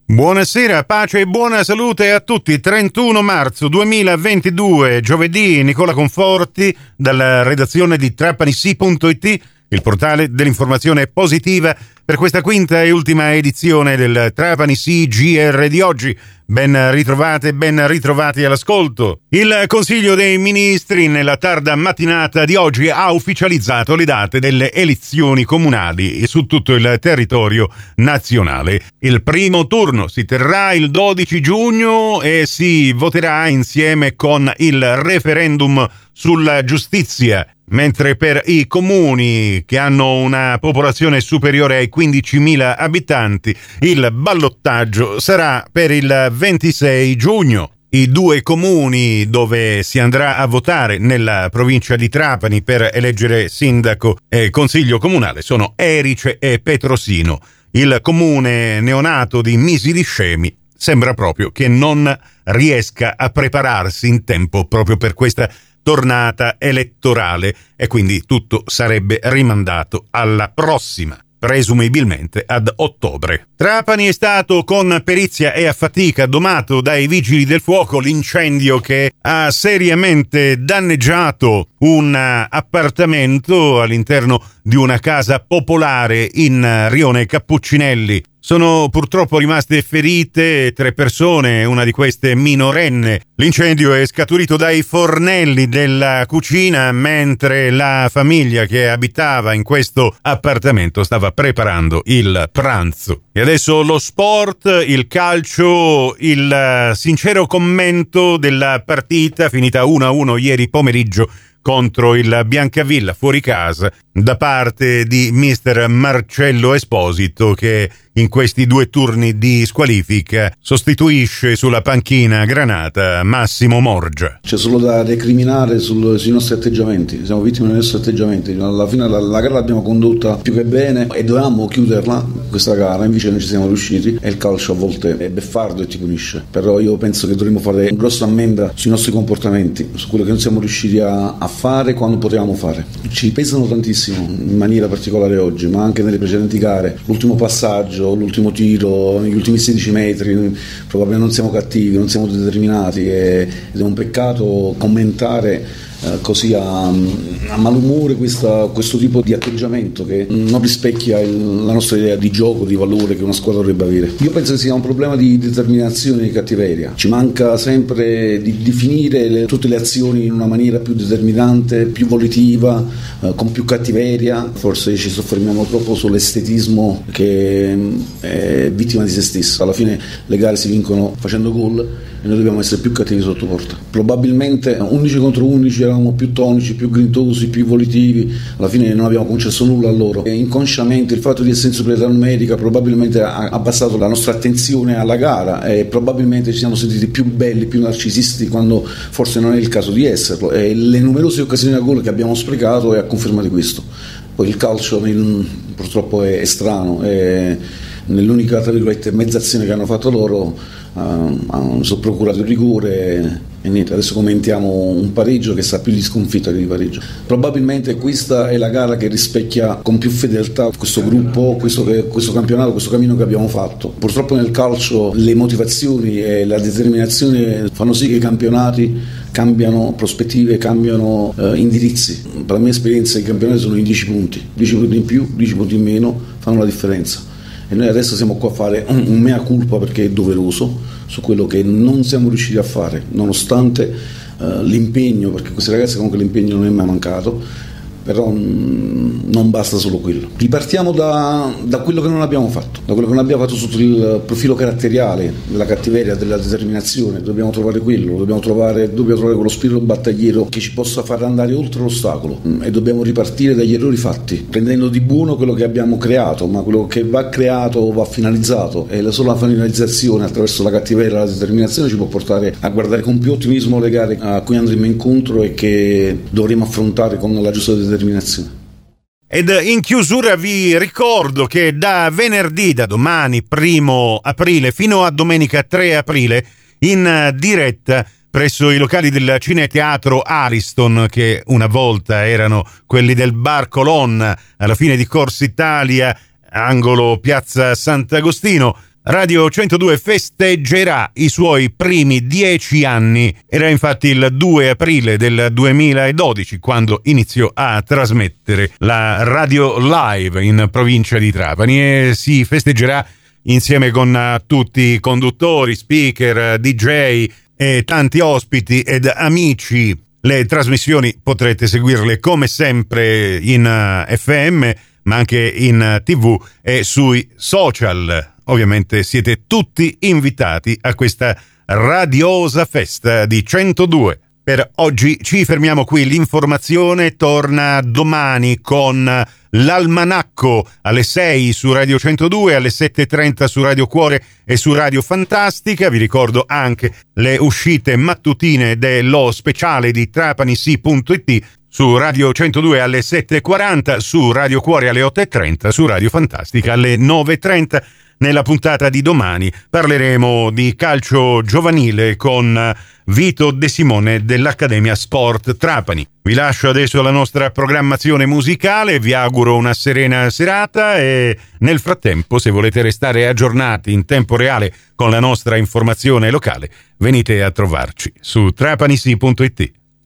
Buonasera, pace e buona salute a tutti. 31 marzo 2022, giovedì, Nicola Conforti dalla redazione di Trapanissi.it, il portale dell'informazione positiva, per questa quinta e ultima edizione del Trapanissi GR di oggi. Ben ritrovate, ben ritrovati all'ascolto. Il Consiglio dei Ministri nella tarda mattinata di oggi ha ufficializzato le date delle elezioni comunali su tutto il territorio nazionale. Il primo turno si terrà il 12 giugno e si voterà insieme con il referendum sulla giustizia, mentre per i comuni che hanno una popolazione superiore ai 15.000 abitanti il ballottaggio sarà per il 26 giugno. I due comuni dove si andrà a votare nella provincia di Trapani per eleggere sindaco e consiglio comunale sono Erice e Petrosino. Il comune neonato di Misi di Scemi sembra proprio che non riesca a prepararsi in tempo proprio per questa tornata elettorale e quindi tutto sarebbe rimandato alla prossima, presumibilmente ad ottobre. Trapani è stato con perizia e a fatica domato dai vigili del fuoco l'incendio che ha seriamente danneggiato un appartamento all'interno di una casa popolare in Rione Cappuccinelli. Sono purtroppo rimaste ferite 3 persone, una di queste minorenne. L'incendio è scaturito dai fornelli della cucina mentre la famiglia che abitava in questo appartamento stava preparando il pranzo. E adesso lo sport, il calcio, il sincero commento della partita finita 1-1 ieri pomeriggio contro il Biancavilla fuori casa da parte di mister Marcello Esposito, che in questi 2 turni di squalifica sostituisce sulla panchina granata Massimo Morgia. C'è solo da recriminare sui nostri atteggiamenti, siamo vittime dei nostri atteggiamenti. Alla fine la gara l'abbiamo condotta più che bene e dovevamo chiuderla questa gara, invece noi ci siamo riusciti e il calcio a volte è beffardo e ti punisce. Però io penso che dovremmo fare un grosso ammenda sui nostri comportamenti, su quello che non siamo riusciti a fare quando potevamo fare. Ci pesano tantissimo, in maniera particolare oggi, ma anche nelle precedenti gare. L'ultimo passaggio, l'ultimo tiro, negli ultimi 16 metri, probabilmente non siamo cattivi, non siamo determinati ed è un peccato commentare così a malumore questo tipo di atteggiamento che non rispecchia la nostra idea di gioco, di valore che una squadra dovrebbe avere. Io penso che sia un problema di determinazione e di cattiveria. Ci manca sempre di definire tutte le azioni in una maniera più determinante, più volitiva, con più cattiveria. Forse ci soffermiamo troppo sull'estetismo che è vittima di se stesso. Alla fine le gare si vincono facendo gol e noi dobbiamo essere più cattivi sotto porta. Probabilmente 11 contro 11 eravamo più tonici, più grintosi, più volitivi, alla fine non abbiamo concesso nulla a loro e inconsciamente il fatto di essere in superiorità numerica probabilmente ha abbassato la nostra attenzione alla gara e probabilmente ci siamo sentiti più belli, più narcisisti quando forse non è il caso di esserlo, e le numerose occasioni a gol che abbiamo sprecato è a conferma di questo. Poi il calcio purtroppo è strano, nell'unica tra virgolette mezza azione che hanno fatto loro sono procurato il rigore e niente, adesso commentiamo un pareggio che sa più di sconfitta che di pareggio. Probabilmente questa è la gara che rispecchia con più fedeltà questo gruppo, questo campionato, questo cammino che abbiamo fatto. Purtroppo nel calcio le motivazioni e la determinazione fanno sì che i campionati cambiano prospettive, cambiano indirizzi. Per la mia esperienza i campionati sono in 10 punti in più, 10 punti in meno fanno la differenza. E noi adesso siamo qua a fare un mea culpa, perché è doveroso, su quello che non siamo riusciti a fare, nonostante l'impegno, perché questi ragazzi comunque l'impegno non è mai mancato, però non basta solo quello. Ripartiamo da quello che non abbiamo fatto, sotto il profilo caratteriale, della cattiveria, della determinazione. Dobbiamo trovare quello, dobbiamo trovare quello spirito battagliero che ci possa far andare oltre l'ostacolo, e dobbiamo ripartire dagli errori fatti, prendendo di buono quello che abbiamo creato, ma quello che va creato va finalizzato, e la sola finalizzazione attraverso la cattiveria e la determinazione ci può portare a guardare con più ottimismo le gare a cui andremo incontro e che dovremo affrontare con la giusta determinazione. Ed in chiusura vi ricordo che da venerdì, da domani 1 aprile fino a domenica 3 aprile, in diretta presso i locali del Cineteatro Ariston, che una volta erano quelli del Bar Colonna alla fine di Corsa Italia, angolo Piazza Sant'Agostino, Radio 102 festeggerà i suoi primi 10 anni. Era infatti il 2 aprile del 2012 quando iniziò a trasmettere la radio live in provincia di Trapani e si festeggerà insieme con tutti i conduttori, speaker, DJ e tanti ospiti ed amici. Le trasmissioni potrete seguirle come sempre in FM, ma anche in TV e sui social. Ovviamente siete tutti invitati a questa radiosa festa di 102. Per oggi ci fermiamo qui, l'informazione torna domani con l'Almanacco alle 6 su Radio 102, alle 7.30 su Radio Cuore e su Radio Fantastica. Vi ricordo anche le uscite mattutine dello speciale di TrapaniSì.it su Radio 102 alle 7.40, su Radio Cuore alle 8.30, su Radio Fantastica alle 9.30. Nella puntata di domani parleremo di calcio giovanile con Vito De Simone dell'Accademia Sport Trapani. Vi lascio adesso alla nostra programmazione musicale, vi auguro una serena serata e nel frattempo, se volete restare aggiornati in tempo reale con la nostra informazione locale, venite a trovarci su TrapaniSì.it.